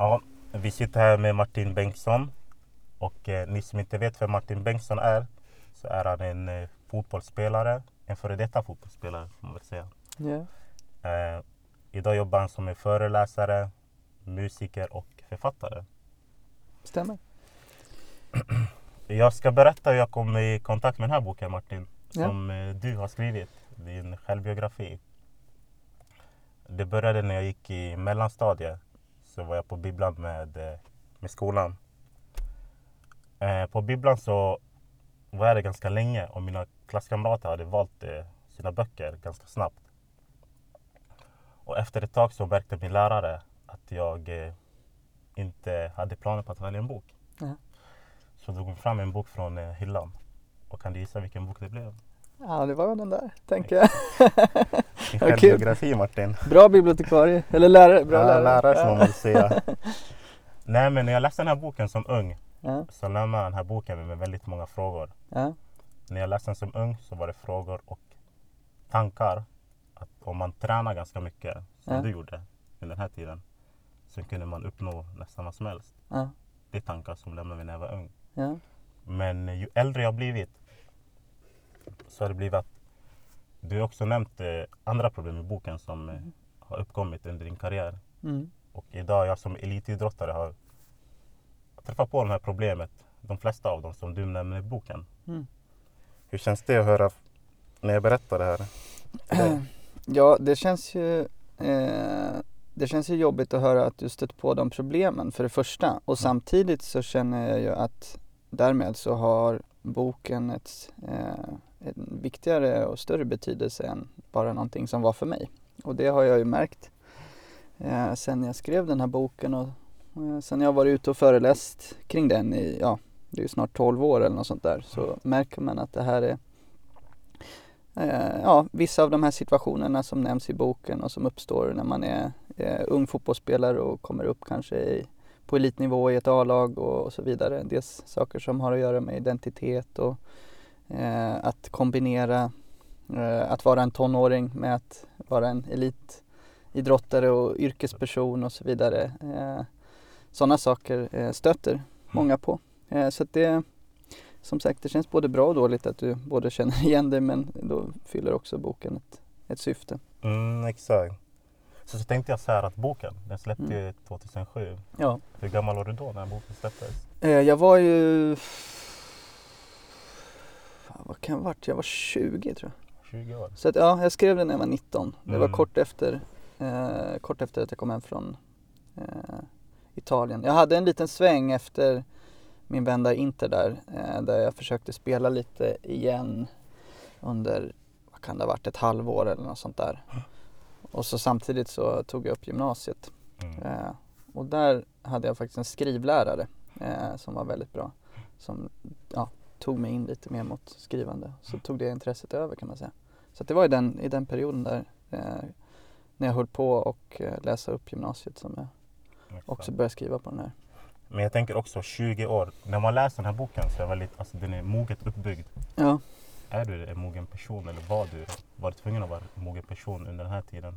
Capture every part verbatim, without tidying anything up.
Ja, vi sitter här med Martin Bengtsson. Och eh, ni som inte vet vem Martin Bengtsson är, så är han en eh, fotbollsspelare. En före detta fotbollsspelare, får man väl säga. Yeah. Eh, idag jobbar han som en föreläsare, musiker och författare. Stämmer. Jag ska berätta hur jag kom i kontakt med den här boken, Martin. Som Ja. eh, du har skrivit, din självbiografi. Det började när jag gick i mellanstadiet. Så var jag på bibblan med, eh, med skolan. Eh, på bibblan så var jag det ganska länge och mina klasskamrater hade valt eh, sina böcker ganska snabbt. Och efter ett tag så märkte min lärare att jag eh, inte hade planer på att välja en bok. Ja. Så drog hon fram en bok från eh, hyllan. Och kan du gissa vilken bok det blev? Ja, det var den där, tänker jag. Din självbiografi, Martin. Bra bibliotekarie, eller lärare. Bra ja, lärare. lärare som man vill säga. Nej, men när jag läste den här boken som ung Ja. så lämnade den här boken med väldigt många frågor. Ja. När jag läste den som ung så var det frågor och tankar. Att om man tränar ganska mycket, som Ja. du gjorde i den här tiden, så kunde man uppnå nästan vad som helst. Ja. Det är tankar som lämnade mig när jag var ung. Ja. Men ju äldre jag blivit så har det blivit att du har också nämnt eh, andra problem i boken som eh, har uppkommit under din karriär. Mm. Och idag jag som elitidrottare har träffat på det här problemet, de flesta av dem som du nämner i boken. Mm. Hur känns det att höra när jag berättar det här? Ja, det känns ju eh, det känns ju jobbigt att höra att du stött på de problemen för det första. Och samtidigt så känner jag ju att därmed så har boken ett, eh, en viktigare och större betydelse än bara någonting som var för mig. Och det har jag ju märkt eh, sen jag skrev den här boken och eh, sen jag varit ute och föreläst kring den i, ja, det är ju snart tolv år eller något sånt där, så märker man att det här är eh, ja, vissa av de här situationerna som nämns i boken och som uppstår när man är eh, ung fotbollsspelare och kommer upp kanske i, på elitnivå i ett A-lag och, och så vidare. Dels saker som har att göra med identitet och eh, att kombinera eh, att vara en tonåring med att vara en elitidrottare och yrkesperson och så vidare. Eh, sådana saker eh, stöter många på. Eh, så att det, som sagt, det känns både bra och dåligt att du både känner igen dig, men då fyller också boken ett, ett syfte. Mm, exakt. Så, så tänkte jag så här att boken, den släppte ju mm. tjugohundrasju. Ja. Hur gammal var du då när boken släpptes? Eh, jag var ju... Vad kan jag ha varit? Jag var tjugo tror jag. tjugo år? Så att, ja, jag skrev den när jag var nitton. Det Mm. var kort efter, eh, kort efter att jag kom hem från eh, Italien. Jag hade en liten sväng efter min vända Inter där, eh, där jag försökte spela lite igen under, vad kan det ha varit, ett halvår eller något sånt där. Och så samtidigt så tog jag upp gymnasiet. Mm. Eh, och där hade jag faktiskt en skrivlärare eh, som var väldigt bra. Som ja, tog mig in lite mer mot skrivande. Så tog det intresset över, kan man säga. Så att det var i den, i den perioden där eh, när jag höll på och eh, läsa upp gymnasiet som jag också började skriva på den här. Men jag tänker också tjugo år. När man läser den här boken så är väldigt, alltså den är moget uppbyggd. Ja. Är du en mogen person eller var du var du tvungen att vara en mogen person under den här tiden?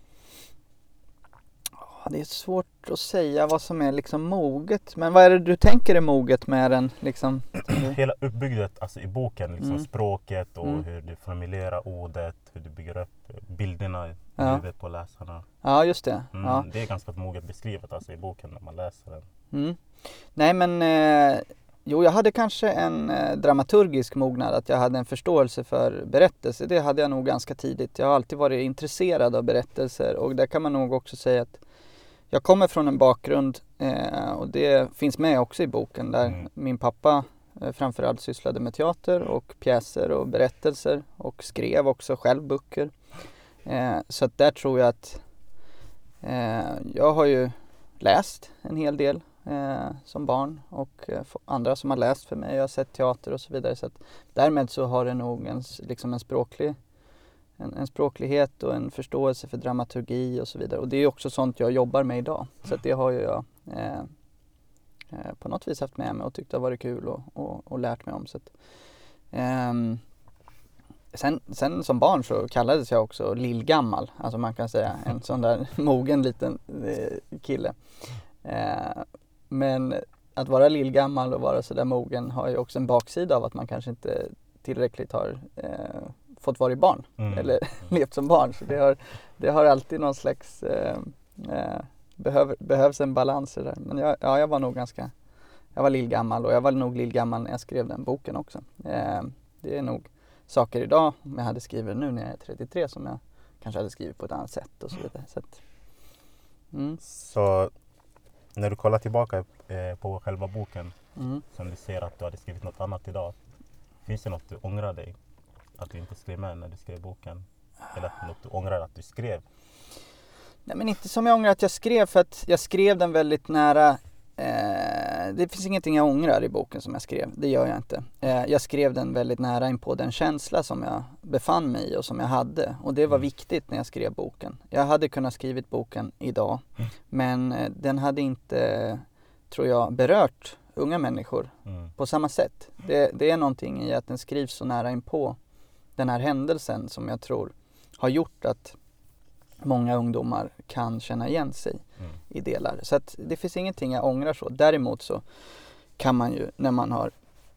Ja, det är svårt att säga vad som är liksom moget. Men vad är det du tänker är moget med den? Liksom? Hela uppbyggdet alltså i boken, liksom Mm. språket och Mm. hur du formulerar ordet, hur du bygger upp bilderna i Ja. huvudet på läsarna. Ja, just det. Mm, Ja. Det är ganska moget beskrivet alltså i boken när man läser den. Mm. Nej men, eh, jo jag hade kanske en eh, dramaturgisk mognad, att jag hade en förståelse för berättelser. Det hade jag nog ganska tidigt. Jag har alltid varit intresserad av berättelser och där kan man nog också säga att jag kommer från en bakgrund eh, och det finns med också i boken där Mm. min pappa eh, framförallt sysslade med teater och pjäser och berättelser och skrev också själv böcker. Eh, så att där tror jag att eh, jag har ju läst en hel del eh, som barn och eh, andra som har läst för mig. Jag har sett teater och så vidare. Så att därmed så har det nog en, liksom en språklig en, en språklighet och en förståelse för dramaturgi och så vidare. Och det är också sånt jag jobbar med idag. Så att det har ju jag eh, eh, på något vis haft med mig och tyckt det har varit kul och, och, och lärt mig om. Så att, ehm, Sen, sen som barn så kallades jag också lillgammal. Alltså man kan säga en sån där mogen liten eh, kille. Eh, men att vara lillgammal och vara sådär mogen har ju också en baksida av att man kanske inte tillräckligt har eh, fått vara barn mm. eller levt som barn. Så det har, det har alltid någon slags, eh, eh, behöver, behövs en balans där. Men jag, ja, jag var nog ganska, jag var lillgammal och jag var nog lillgammal när jag skrev den boken också. Eh, det är nog saker idag, om jag hade skrivit nu när jag är trettiotre, som jag kanske hade skrivit på ett annat sätt och så vidare. Så, att, mm. så när du kollar tillbaka eh, på själva boken, mm. som du ser att du hade skrivit något annat idag, finns det något du ångrar dig att du inte skrev med när du skrev boken? Eller något du ångrar att du skrev? Nej, men inte som jag ångrar att jag skrev, för att jag skrev den väldigt nära. Eh, det finns ingenting jag ångrar i boken som jag skrev, det gör jag inte. Eh, jag skrev den väldigt nära in på den känsla som jag befann mig i och som jag hade. Och det var mm. viktigt när jag skrev boken. Jag hade kunnat skrivit boken idag, mm. men eh, den hade inte, tror jag, berört unga människor mm. på samma sätt. Det, det är någonting i att den skrivs så nära in på den här händelsen som jag tror har gjort att många ungdomar kan känna igen sig mm. i delar. Så att det finns ingenting jag ångrar så. Däremot så kan man ju, när man har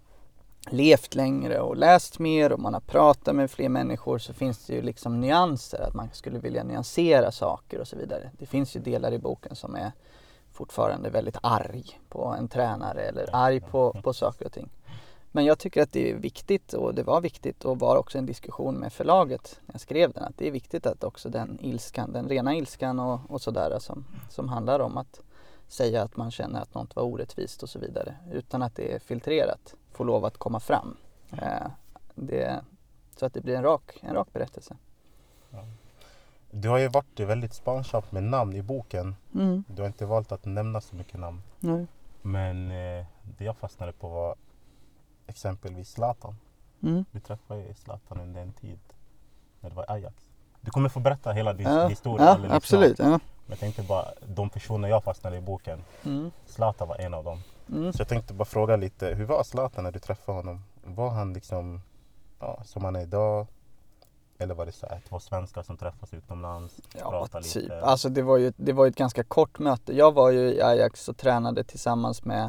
levt längre och läst mer och man har pratat med fler människor, så finns det ju liksom nyanser, att man skulle vilja nyansera saker och så vidare. Det finns ju delar i boken som är fortfarande väldigt arg på en tränare eller arg på, på saker och ting. Men jag tycker att det är viktigt, och det var viktigt, och var också en diskussion med förlaget när jag skrev den, att det är viktigt att också den ilskan, den rena ilskan och, och sådär som, som handlar om att säga att man känner att något var orättvist och så vidare, utan att det är filtrerat, får lov att komma fram. Eh, det, så att det blir en rak, en rak berättelse. Ja. Du har ju varit väldigt sparsam med namn i boken. Mm. Du har inte valt att nämna så mycket namn. Nej. Men eh, det jag fastnade på var exempelvis Zlatan. Mm. Du träffade ju Zlatan under en tid när det var Ajax. Du kommer få berätta hela din ja. historia. Ja, liksom. Absolut. Ja. Men jag tänkte bara, de personer jag fastnade i boken, mm. Zlatan var en av dem. Mm. Så jag tänkte bara fråga lite, hur var Zlatan när du träffade honom? Var han liksom ja, som han är idag? Eller var det så här två svenskar som träffas utomlands? Ja, typ. Lite? Alltså det var ju det var ju ett ganska kort möte. Jag var ju i Ajax och tränade tillsammans med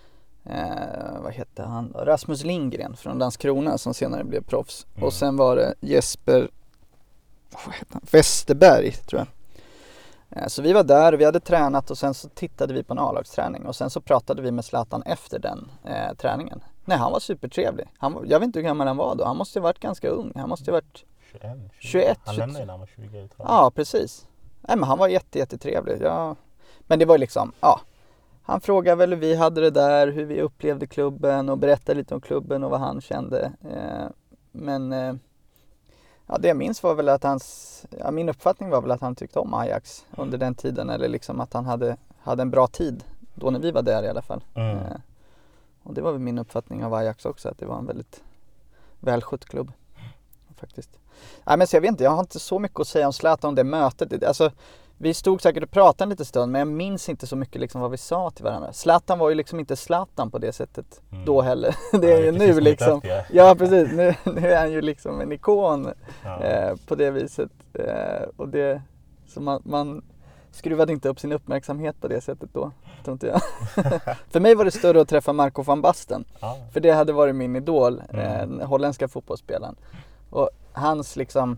eh, vad heter han? Rasmus Lindgren från Landskrona som senare blev proffs. Mm. Och sen var det Jesper vad heter han? Westerberg, tror jag. Eh, så vi var där och vi hade tränat, och sen så tittade vi på en A-lagsträning, och sen så pratade vi med Zlatan efter den eh, träningen. Nej, han var supertrevlig. Han, jag vet inte hur gammal han var då. Han måste ha varit ganska ung. Han måste ha varit tjugoett. Han lämnade när han var tjugo, tror jag. Ja, precis. Nej, men han var jätte, jättetrevlig. Ja. Men det var liksom, ja. Han frågade väl hur vi hade det där, hur vi upplevde klubben och berättade lite om klubben och vad han kände. Eh, men eh, ja, det jag minns var väl att hans, ja, min uppfattning var väl att han tyckte om Ajax under den tiden, eller liksom att han hade, hade en bra tid då när vi var där i alla fall. Mm. Eh, och det var väl min uppfattning av Ajax också, att det var en väldigt välskött klubb faktiskt. Nej, men så jag vet inte, jag har inte så mycket att säga om Zlatan, om det mötet. Alltså, vi stod säkert och pratade en liten stund, men jag minns inte så mycket liksom vad vi sa till varandra. Zlatan var ju liksom inte Zlatan på det sättet mm. då heller. Det är ja, ju nu liksom. Ja, precis. Nu, nu är han ju liksom en ikon ja. eh, på det viset. Eh, och det, så man, man skruvade inte upp sin uppmärksamhet på det sättet då, tror inte jag. För mig var det större att träffa Marco van Basten. Ja. För det hade varit min idol, mm. eh, holländska fotbollsspelaren. Och hans liksom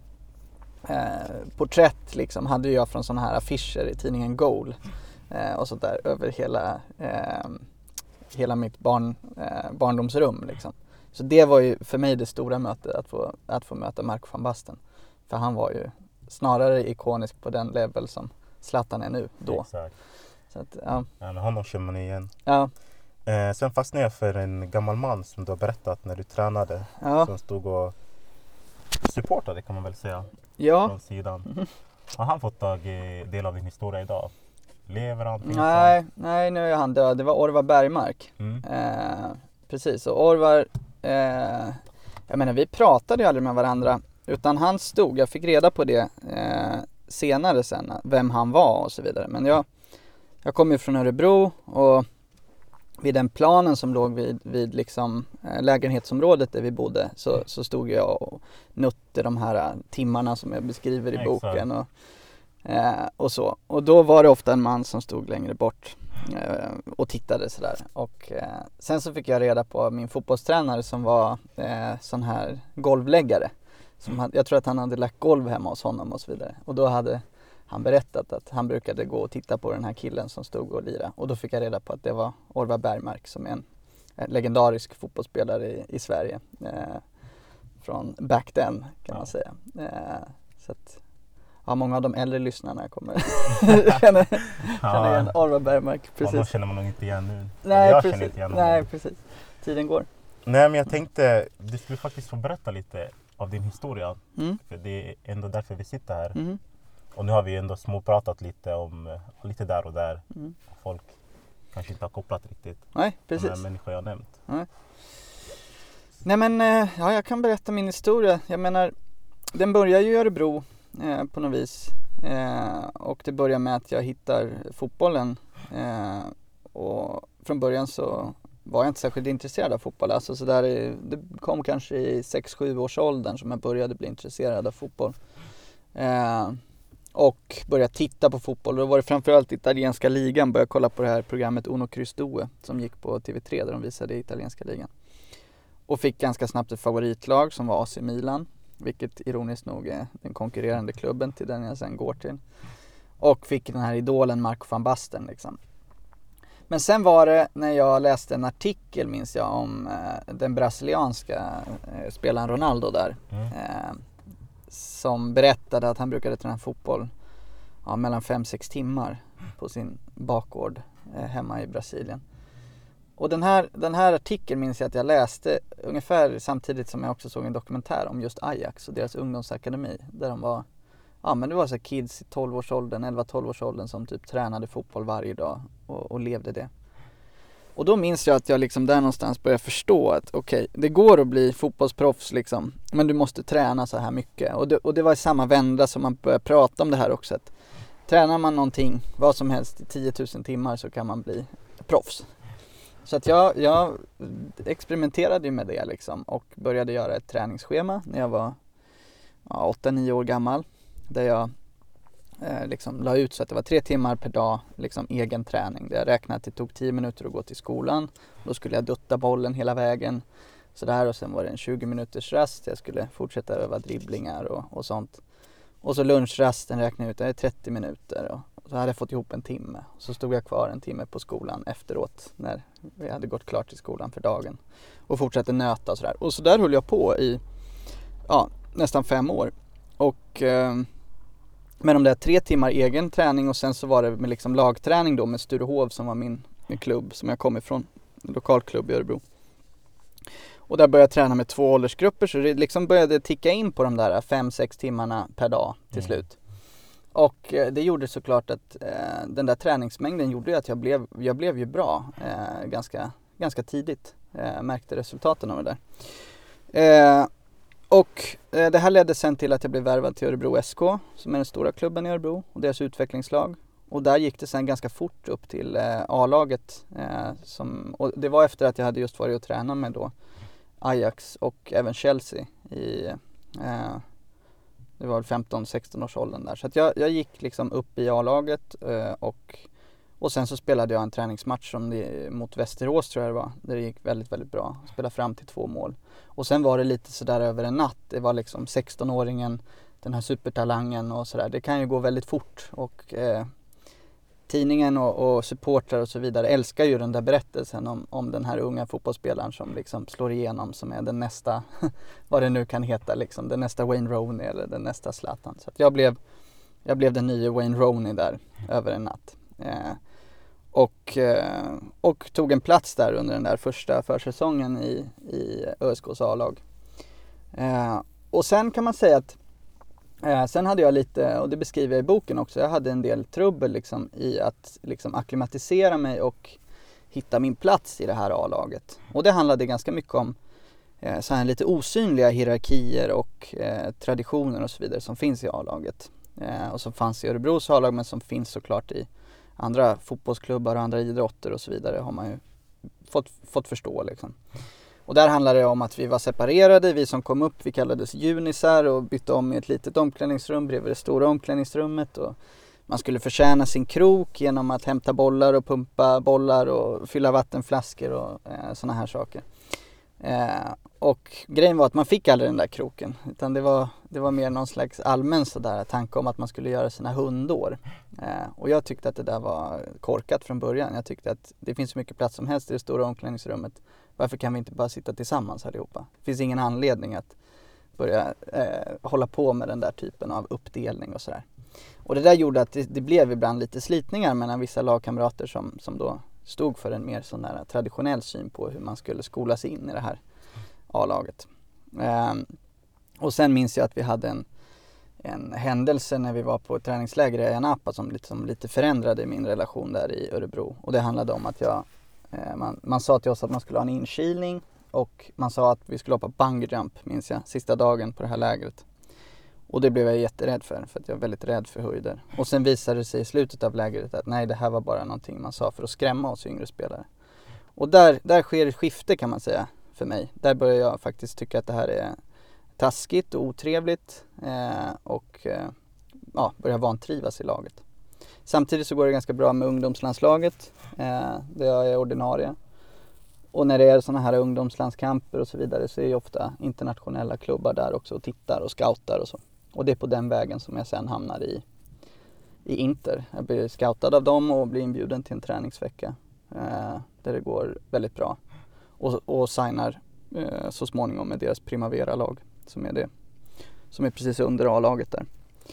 eh, porträtt liksom hade jag från sådana här affischer i tidningen Goal eh, och sånt där över hela eh, hela mitt barn, eh, barndomsrum liksom. Så det var ju för mig det stora mötet, att få, att få möta Marco van Basten. För han var ju snarare ikonisk på den level som Zlatan är nu då. Exakt. Så att, ja. Ja, men honom känner man igen. Ja. Eh, sen fastnade jag för en gammal man som du har berättat när du tränade. Ja. Som stod och supportade, kan man väl säga. Ja. Från sidan. Mm. Har han fått tag i del av din historia idag? Lever han? Nej, nej, nu är han död. Det var Orvar Bergmark. Mm. Eh, precis, och Orvar, eh, jag menar, vi pratade ju aldrig med varandra. Utan han stod, jag fick reda på det eh, senare sen, vem han var och så vidare. Men jag, jag kom ju från Örebro, och vid den planen som låg vid, vid liksom, äh, lägenhetsområdet där vi bodde, så, så stod jag och nötte de här äh, timmarna som jag beskriver i boken och, äh, och så. Och då var det ofta en man som stod längre bort eh, och tittade sådär. Och eh, sen så fick jag reda på min fotbollstränare som var eh, sån här golvläggare. Som hade, jag tror att han hade lagt golv hemma hos honom och så vidare. Och då hade han berättat att han brukade gå och titta på den här killen som stod och lirade. Och då fick jag reda på att det var Orvar Bergmark som är en, en legendarisk fotbollsspelare i, i Sverige. Eh, från back then kan man säga. Eh, så att ja, många av de äldre lyssnarna kommer känna, känna igen Orvar Bergmark. Precis. Ja, de känner man nog inte igen nu. Nej, jag precis. Känner inte igen Nej, precis. Tiden går. Nej, men jag tänkte du skulle faktiskt få berätta lite av din historia. Mm. För det är ändå därför vi sitter här. Mm. Och nu har vi ändå småpratat lite om lite där och där. Mm. Folk kanske inte har kopplat riktigt. Nej, precis. De här människor jag har nämnt. Nej. Nej men, ja, jag kan berätta min historia. Jag menar, den börjar ju i Örebro eh, på något vis. Eh, och det börjar med att jag hittar fotbollen. Eh, och från början så var jag inte särskilt intresserad av fotboll. Alltså så där, det kom kanske i sex sju års åldern som jag började bli intresserad av fotboll. Eh, och började titta på fotboll. Då var det framförallt italienska ligan. Började kolla på det här programmet Uno Kryss Due som gick på T V tre där de visade italienska ligan. Och fick ganska snabbt ett favoritlag som var A C Milan. Vilket ironiskt nog är den konkurrerande klubben till den jag sen går till. Och fick den här idolen Marco van Basten liksom. Men sen var det när jag läste en artikel, minns jag, om eh, den brasilianska eh, spelaren Ronaldo där. Mm. Eh, som berättade att han brukade träna fotboll ja, mellan fem sex timmar på sin bakgård eh, hemma i Brasilien. Och den här, den här artikeln minns jag att jag läste ungefär samtidigt som jag också såg en dokumentär om just Ajax och deras ungdomsakademi. Där de var, ja men det var så kids i tolv-årsåldern, elva-tolv-årsåldern som typ tränade fotboll varje dag och, och levde det. Och då minns jag att jag liksom där någonstans började förstå att okej, okay, det går att bli fotbollsproffs liksom, men du måste träna så här mycket. Och det, och det var i samma vända som man började prata om det här också. Att tränar man någonting, vad som helst i tio tusen timmar så kan man bli proffs. Så att jag, jag experimenterade med det liksom och började göra ett träningsschema när jag var ja, åtta nio år gammal. Där jag eh, liksom la ut så att det var tre timmar per dag liksom egen träning. Där jag räknade att det tog tio minuter att gå till skolan. Då skulle jag dutta bollen hela vägen. Så där, och sen var det en tjugo minuters rast. Jag skulle fortsätta öva dribblingar och, och sånt. Och så lunchrasten räknade jag ut, det är trettio minuter. Och, så hade jag fått ihop en timme. Så stod jag kvar en timme på skolan efteråt när vi hade gått klart till skolan för dagen. Och fortsatte nöta och sådär. Och så där höll jag på i ja, nästan fem år. Och eh, med de där tre timmar egen träning och sen så var det med liksom lagträning då med Sturehov som var min, min klubb som jag kom ifrån. En lokalklubb i Örebro. Och där började jag träna med två åldersgrupper så det liksom började ticka in på de där fem sex timmarna per dag till mm. slut. Och eh, det gjorde såklart att eh, den där träningsmängden gjorde att jag blev, jag blev ju bra eh, ganska, ganska tidigt. Eh, märkte resultaten av det där. Eh, och eh, det här ledde sen till att jag blev värvad till Örebro S K som är den stora klubben i Örebro och deras utvecklingslag. Och där gick det sen ganska fort upp till eh, A-laget. Eh, som, och det var efter att jag hade just varit och tränat med då Ajax och även Chelsea i eh, det var femton sexton års åldern där. Så att jag, jag gick liksom upp i A-laget eh, och, och sen så spelade jag en träningsmatch som det, mot Västerås tror jag det var. Där det gick väldigt, väldigt bra. Spelade fram till två mål. Och sen var det lite sådär över en natt. Det var liksom sexton-åringen, den här supertalangen och sådär. Det kan ju gå väldigt fort och eh, tidningen och, och supportrar och så vidare älskar ju den där berättelsen om, om den här unga fotbollsspelaren som liksom slår igenom, som är den nästa, vad det nu kan heta, liksom, den nästa Wayne Rooney eller den nästa Zlatan. Så att jag blev, jag blev den nya Wayne Rooney där över en natt. Eh, och, eh, och tog en plats där under den där första försäsongen i, i Ö S K:s A-lag. Eh, och sen kan man säga att Eh, sen hade jag lite, och det beskriver jag i boken också, jag hade en del trubbel liksom, i att liksom, akklimatisera mig och hitta min plats i det här A-laget. Och det handlade ganska mycket om eh, så här lite osynliga hierarkier och eh, traditioner och så vidare som finns i A-laget. Eh, och som fanns i Örebros A-lag men som finns såklart i andra fotbollsklubbar och andra idrotter och så vidare har man ju fått, fått förstå liksom. Och där handlade det om att vi var separerade, vi som kom upp, vi kallades junisar och bytte om i ett litet omklädningsrum bredvid det stora omklädningsrummet. Och man skulle förtjäna sin krok genom att hämta bollar och pumpa bollar och fylla vattenflaskor och eh, såna här saker. Eh, och grejen var att man fick aldrig den där kroken, utan det var, det var mer någon slags allmän sådär tanke om att man skulle göra sina hundår. Eh, och jag tyckte att det där var korkat från början. Jag tyckte att det finns så mycket plats som helst i det stora omklädningsrummet. Varför kan vi inte bara sitta tillsammans allihopa? Det finns ingen anledning att börja eh, hålla på med den där typen av uppdelning och sådär. Och det där gjorde att det, det blev ibland lite slitningar mellan vissa lagkamrater som, som då stod för en mer sån där traditionell syn på hur man skulle skolas in i det här A-laget. Ehm, och sen minns jag att vi hade en, en händelse när vi var på ett träningsläger i Napa som lite, som lite förändrade min relation där i Örebro. Och det handlade om att jag, eh, man, man sa till oss att man skulle ha en inkilning och man sa att vi skulle hoppa bungee jump, minns jag, sista dagen på det här lägret. Och det blev jag jätterädd för, för att jag är väldigt rädd för höjder. Och sen visade det sig i slutet av lägret att nej, det här var bara någonting man sa för att skrämma oss yngre spelare. Och där, där sker ett skifte kan man säga för mig. Där börjar jag faktiskt tycka att det här är taskigt och otrevligt eh, och eh, ja, börjar vantrivas i laget. Samtidigt så går det ganska bra med ungdomslandslaget, eh, där jag är ordinarie. Och när det är sådana här ungdomslandskamper och så vidare så är det ofta internationella klubbar där också och tittar och scoutar och så. Och det är på den vägen som jag sen hamnar i, i Inter. Jag blir scoutad av dem och blir inbjuden till en träningsvecka eh, där det går väldigt bra. Och, och signar eh, så småningom med deras Primavera-lag som är det som är precis under A-laget där.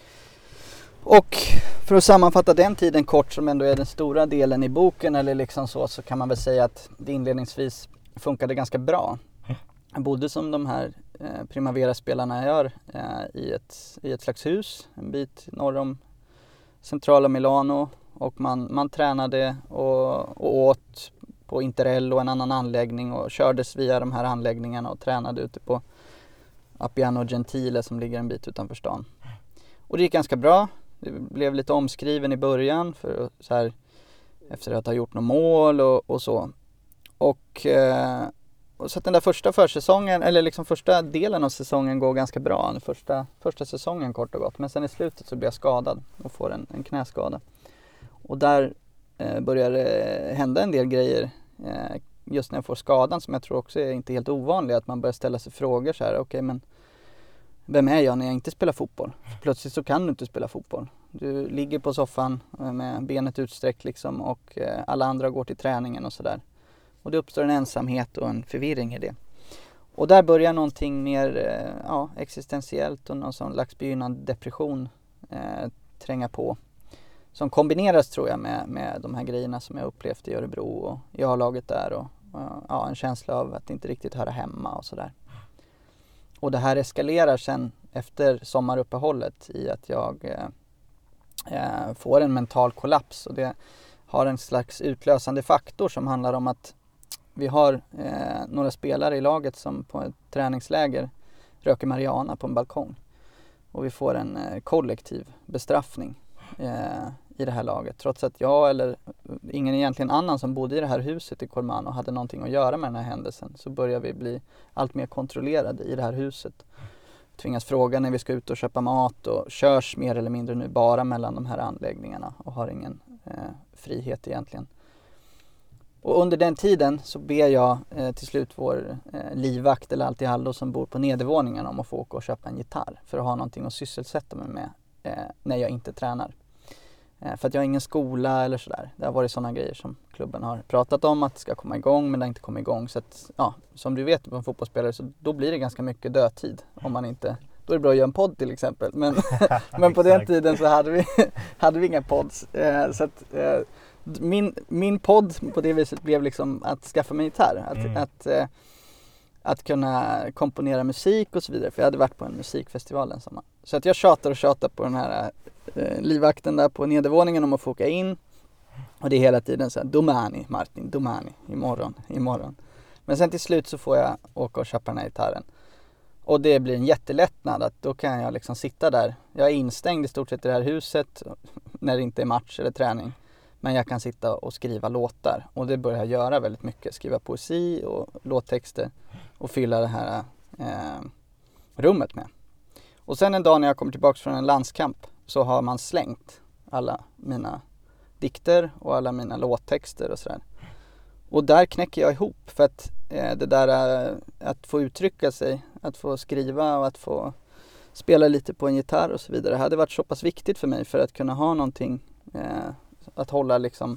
Och för att sammanfatta den tiden kort som ändå är den stora delen i boken eller liksom så, så kan man väl säga att det inledningsvis funkade ganska bra. Jag bodde som de här eh, Primavera-spelarna gör eh, i, ett, i ett slags hus en bit norr om centrala Milano och man, man tränade och, och åt på Interello och en annan anläggning och kördes via de här anläggningarna och tränade ute på Appiano Gentile som ligger en bit utanför stan. Och det gick ganska bra. Det blev lite omskriven i början för så här, efter att ha gjort några mål och, och så. Och, eh, och så att den där första försäsongen, eller liksom första delen av säsongen går ganska bra. Den första, första säsongen kort och gott. Men sen i slutet så blir jag skadad och får en, en knäskada. Och där eh, börjar det hända en del grejer eh, just när jag får skadan som jag tror också är inte helt ovanlig. Att man börjar ställa sig frågor så här, okej okay, men vem är jag när jag inte spelar fotboll? Plötsligt så kan du inte spela fotboll. Du ligger på soffan med benet utsträckt liksom och alla andra går till träningen och sådär. Och det uppstår en ensamhet och en förvirring i det. Och där börjar någonting mer ja, existentiellt och någon sån slags begynnande depression eh, tränga på. Som kombineras tror jag med, med de här grejerna som jag upplevt i Örebro och i A-laget där. Och ja, en känsla av att inte riktigt höra hemma och sådär. Och det här eskalerar sen efter sommaruppehållet i att jag eh, får en mental kollaps. Och det har en slags utlösande faktor som handlar om att vi har eh, några spelare i laget som på ett träningsläger röker marijuana på en balkong. Och vi får en eh, kollektiv bestraffning eh, i det här laget. Trots att jag eller ingen egentligen annan som bodde i det här huset i Cormano hade någonting att göra med den här händelsen, så börjar vi bli allt mer kontrollerade i det här huset. Tvingas fråga när vi ska ut och köpa mat och körs mer eller mindre nu bara mellan de här anläggningarna och har ingen eh, frihet egentligen. Och under den tiden så ber jag eh, till slut vår eh, livvakt eller allt i allo som bor på nedervåningen om att få åka och köpa en gitarr för att ha någonting att sysselsätta mig med eh, när jag inte tränar. Eh, för att jag har ingen skola eller sådär. Det har varit sådana grejer som klubben har pratat om att det ska komma igång, men det har inte kommit igång. Så att, ja, som du vet på en fotbollsspelare så då blir det ganska mycket dödtid om man inte... Då är det bra att göra en podd till exempel. Men, men på den tiden så hade vi, hade vi inga pods. Eh, så att, eh, min, min podd på det viset blev liksom att skaffa mig gitarr. Att, mm. att, eh, att kunna komponera musik och så vidare. För jag hade varit på en musikfestival en sommar. Så att jag tjatar och tjatar på den här eh, livvakten där på nedervåningen om att få åka in. Och det är hela tiden så här, domani Martin, domani, imorgon, imorgon. Men sen till slut så får jag åka och köpa den här gitarren. Och det blir en jättelättnad att då kan jag liksom sitta där. Jag är instängd i stort sett i det här huset när det inte är match eller träning. Men jag kan sitta och skriva låtar. Och det börjar jag göra väldigt mycket. Skriva poesi och låttexter. Och fylla det här eh, rummet med. Och sen en dag när jag kommer tillbaka från en landskamp så har man slängt alla mina dikter och alla mina låttexter och sådär. Och där knäcker jag ihop för att eh, det där eh, att få uttrycka sig, att få skriva och att få spela lite på en gitarr och så vidare hade varit så pass viktigt för mig för att kunna ha någonting eh, att hålla liksom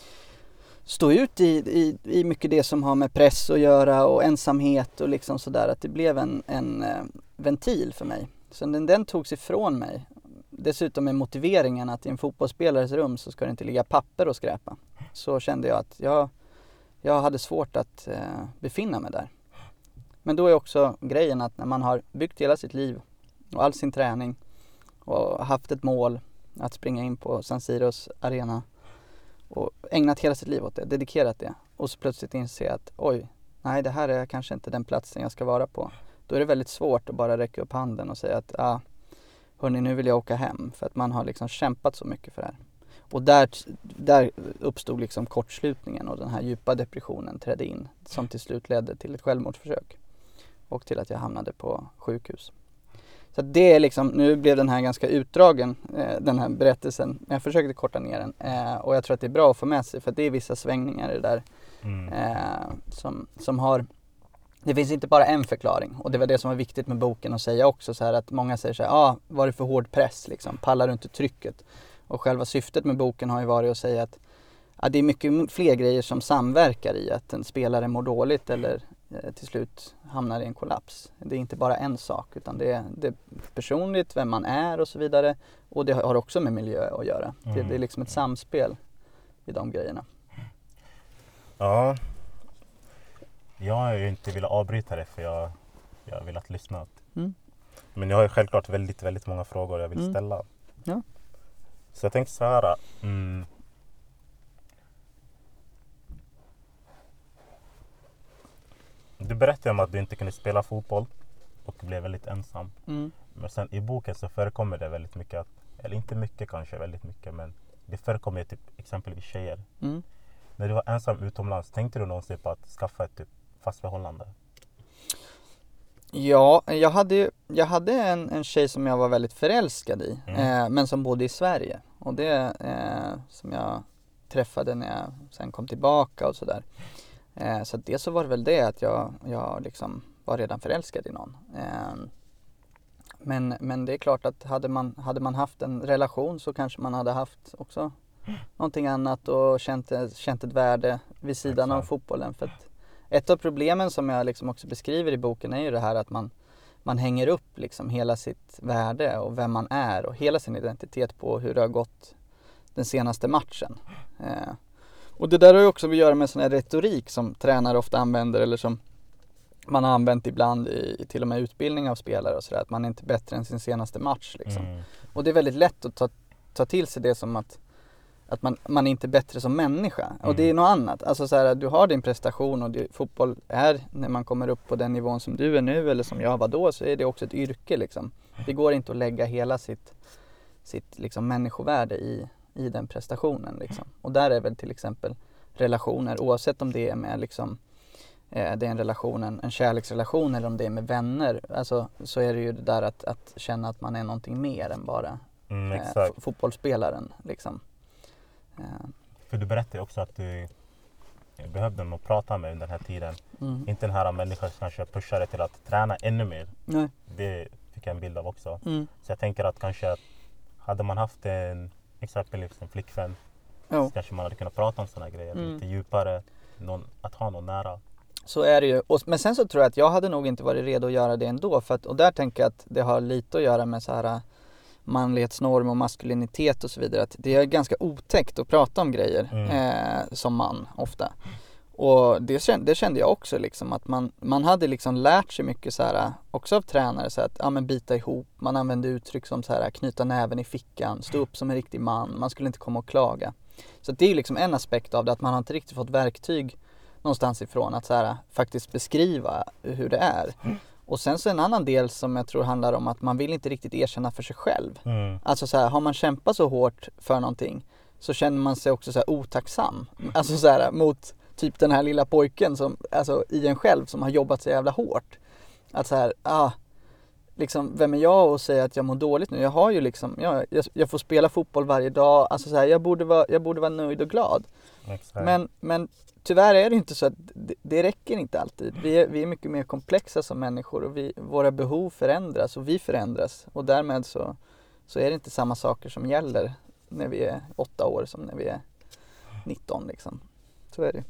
stå ut i, i, i mycket det som har med press att göra och ensamhet och liksom sådär, att det blev en, en eh, ventil för mig. Så den, den togs ifrån mig. Dessutom är motiveringen att i en fotbollsspelares rum så ska det inte ligga papper och skräpa. Så kände jag att jag, jag hade svårt att eh, befinna mig där. Men då är också grejen att när man har byggt hela sitt liv och all sin träning och haft ett mål att springa in på San Siros arena och ägnat hela sitt liv åt det, dedikerat det och så plötsligt inse att oj, nej det här är kanske inte den platsen jag ska vara på. Då är det väldigt svårt att bara räcka upp handen och säga att ah, hörni, nu vill jag åka hem, för att man har liksom kämpat så mycket för det här. Och där, där uppstod liksom kortslutningen och den här djupa depressionen trädde in som till slut ledde till ett självmordsförsök och till att jag hamnade på sjukhus. Så det är liksom, nu blev den här ganska utdragen, eh, den här berättelsen. Jag försökte korta ner den eh, och jag tror att det är bra att få med sig, för att det är vissa svängningar i det där Mm. eh, som, som har, det finns inte bara en förklaring, och det var det som var viktigt med boken att säga också, så här att många säger så här, ah, var det för hård press liksom, pallar du inte trycket? Och själva syftet med boken har ju varit att säga att ja, det är mycket fler grejer som samverkar i att en spelare mår dåligt eller eh, till slut hamnar i en kollaps. Det är inte bara en sak, utan det är, det är personligt, vem man är och så vidare. Och det har också med miljö att göra. Mm. Det, det är liksom ett samspel i de grejerna. Ja, jag har ju inte velat avbryta det, för jag, jag har velat lyssna. Mm. Men jag har ju självklart väldigt, väldigt många frågor jag vill Mm. ställa. Ja. Så jag tänkte så här. Mm, du berättade om att du inte kunde spela fotboll och blev väldigt ensam. Mm. Men sen i boken så förekommer det väldigt mycket, att, eller inte mycket kanske, väldigt mycket, men det förekommer typ exempelvis tjejer. Mm. När du var ensam utomlands, tänkte du någonsin på att skaffa ett typ fast förhållande? Ja, jag hade, ju- jag hade en, en tjej som jag var väldigt förälskad i, Mm. eh, men som bodde i Sverige. Och det eh, som jag träffade när jag sen kom tillbaka och sådär. Eh, så det så var det väl det att jag, jag liksom var redan förälskad i någon. Eh, men, men det är klart att hade man, hade man haft en relation så kanske man hade haft också någonting annat och känt, känt ett värde vid sidan av Exakt. fotbollen. För att ett av problemen som jag liksom också beskriver i boken är ju det här att man, man hänger upp liksom hela sitt värde och vem man är och hela sin identitet på hur det har gått den senaste matchen. Eh, och det där har ju också att göra med sån här retorik som tränare ofta använder, eller som man har använt ibland i, i till och med utbildning av spelare och sådär, att man är inte bättre än sin senaste match liksom. Mm. Och det är väldigt lätt att ta, ta till sig det som att att man, man är inte bättre som människa. Mm. Och det är något annat. Alltså så här, du har din prestation och det, fotboll är, när man kommer upp på den nivån som du är nu eller som jag var då, så är det också ett yrke liksom. Det går inte att lägga hela sitt, sitt liksom människovärde i, i den prestationen liksom. Och där är väl till exempel relationer, oavsett om det är med liksom, eh, det är en relation, en, en kärleksrelation, eller om det är med vänner, alltså, så är det ju det där att, att känna att man är någonting mer än bara Mm, eh, exakt. f- fotbollsspelaren liksom. Eh, För du berättade också att du behövde någon att prata med under den här tiden. mm. Inte den här människan som kanske pushar dig till att träna ännu mer. Nej. Det fick jag en bild av också. Mm. Så jag tänker att kanske att hade man haft en exempelvis en flickvän, Jo. så kanske man hade kunnat prata om sådana grejer Mm. lite djupare. Någon, att ha någon nära. Så är det ju. Och, men sen så tror jag att jag hade nog inte varit redo att göra det ändå. För att, och där tänker jag att det har lite att göra med så här manlighetsnorm och maskulinitet och så vidare. Att det är ganska otäckt att prata om grejer Mm. eh, som man ofta. Och det kände, det kände jag också liksom, att man, man hade liksom lärt sig mycket så här, också av tränare, så att ja, men bita ihop. Man använde uttryck som så här, knyta näven i fickan, stå upp som en riktig man. Man skulle inte komma och klaga. Så det är liksom en aspekt av det, att man har inte riktigt fått verktyg någonstans ifrån att så här, faktiskt beskriva hur det är. Och sen så en annan del som jag tror handlar om att man vill inte riktigt erkänna för sig själv. Mm. Alltså så här, har man kämpat så hårt för någonting så känner man sig också så här otacksam. Alltså så här mot typ den här lilla pojken som, alltså i en själv som har jobbat så jävla hårt. Att så här, ah, liksom, vem är jag att säga att jag mår dåligt nu? Jag har ju liksom, ja, jag, jag får spela fotboll varje dag. Alltså så här, jag borde vara, jag borde vara nöjd och glad. Exakt. Men, men tyvärr är det inte så att det, det räcker inte alltid. Vi är, vi är mycket mer komplexa som människor och vi, våra behov förändras och vi förändras. Och därmed så, så är det inte samma saker som gäller när vi är åtta år som när vi är nitton liksom. Så är det.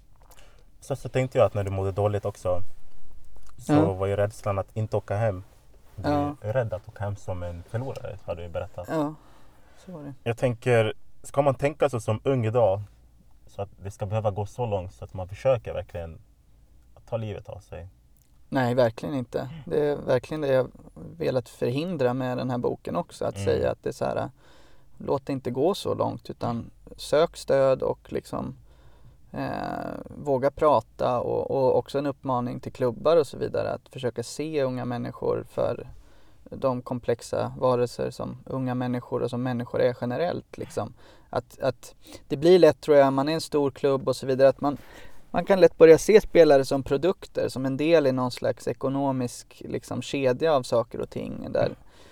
Så, så tänkte jag att när du mådde dåligt också så Ja. var ju rädslan att inte åka hem. Du Ja. är rädd att åka hem som en förlorare, har du ju berättat. Ja, så var det. Jag tänker, ska man tänka sig som ung idag så att det ska behöva gå så långt så att man försöker verkligen att ta livet av sig? Nej, verkligen inte. Det är verkligen det jag velat förhindra med den här boken också. Att Mm. säga att det är så här, låt det inte gå så långt utan sök stöd och liksom eh, våga prata och, och också en uppmaning till klubbar och så vidare att försöka se unga människor för de komplexa varelser som unga människor och som människor är generellt liksom. Att, att det blir lätt, tror jag, man är en stor klubb och så vidare, att man Man kan lätt börja se spelare som produkter, som en del i någon slags ekonomisk liksom, kedja av saker och ting. Där,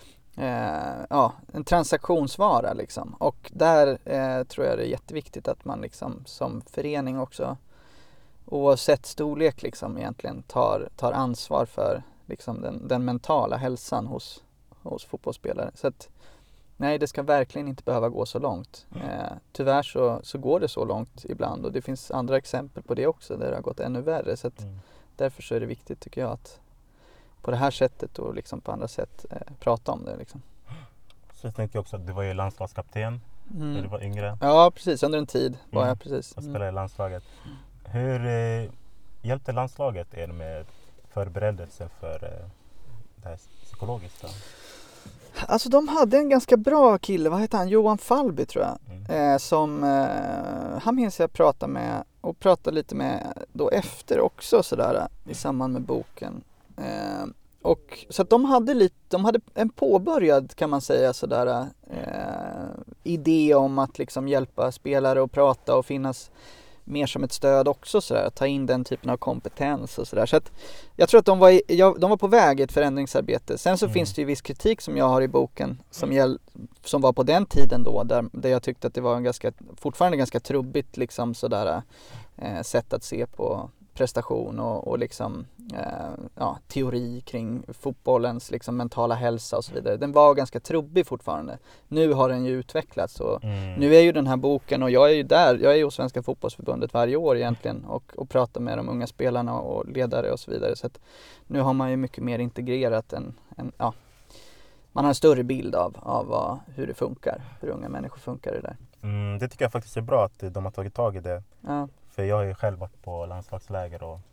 eh, ja, en transaktionsvara liksom. Och där eh, tror jag det är jätteviktigt att man liksom, som förening också, oavsett storlek liksom, egentligen tar, tar ansvar för liksom, den, den mentala hälsan hos, hos fotbollsspelare. Så att, nej, det ska verkligen inte behöva gå så långt. Eh, tyvärr så, så går det så långt ibland och det finns andra exempel på det också där det har gått ännu värre. Så att Mm. därför så är det viktigt, tycker jag, att på det här sättet och liksom på andra sätt eh, prata om det. Liksom. Så jag tänkte också att du var ju landslagskapten Mm. när du var yngre Ja, precis. Under en tid var Mm. jag precis. och Mm. spelade i landslaget. Hur eh, hjälpte landslaget er med förberedelse för eh, det här psykologiska? Alltså de hade en ganska bra kille, vad heter han? Johan Falby tror jag. Mm. Eh, som, eh, han minns jag prata med och pratade lite med då efter också sådär i samband med boken. Eh, och så att de hade lite, de hade en påbörjad, kan man säga, sådär eh, idé om att liksom hjälpa spelare och prata och finnas mer som ett stöd också, sådär, att ta in den typen av kompetens och sådär. Så att jag tror att de var, i, jag, de var på väg i ett förändringsarbete. Sen så Mm. finns det ju viss kritik som jag har i boken som, gäll, som var på den tiden då, där, där jag tyckte att det var en ganska, fortfarande ganska trubbigt liksom, sådär, eh, sätt att se på prestation och, och liksom, eh, ja, teori kring fotbollens liksom, mentala hälsa och så vidare. Den var ganska trubbig fortfarande. Nu har den ju utvecklats och Mm. nu är ju den här boken, och jag är ju där, jag är ju hos Svenska fotbollsförbundet varje år egentligen och, och pratar med de unga spelarna och ledare och så vidare. Så att nu har man ju mycket mer integrerat en, en ja, man har en större bild av, av vad, hur det funkar, hur unga människor funkar det där. Mm, det tycker jag faktiskt är bra att de har tagit tag i det. Ja, För jag har ju själv varit på landslagsläger och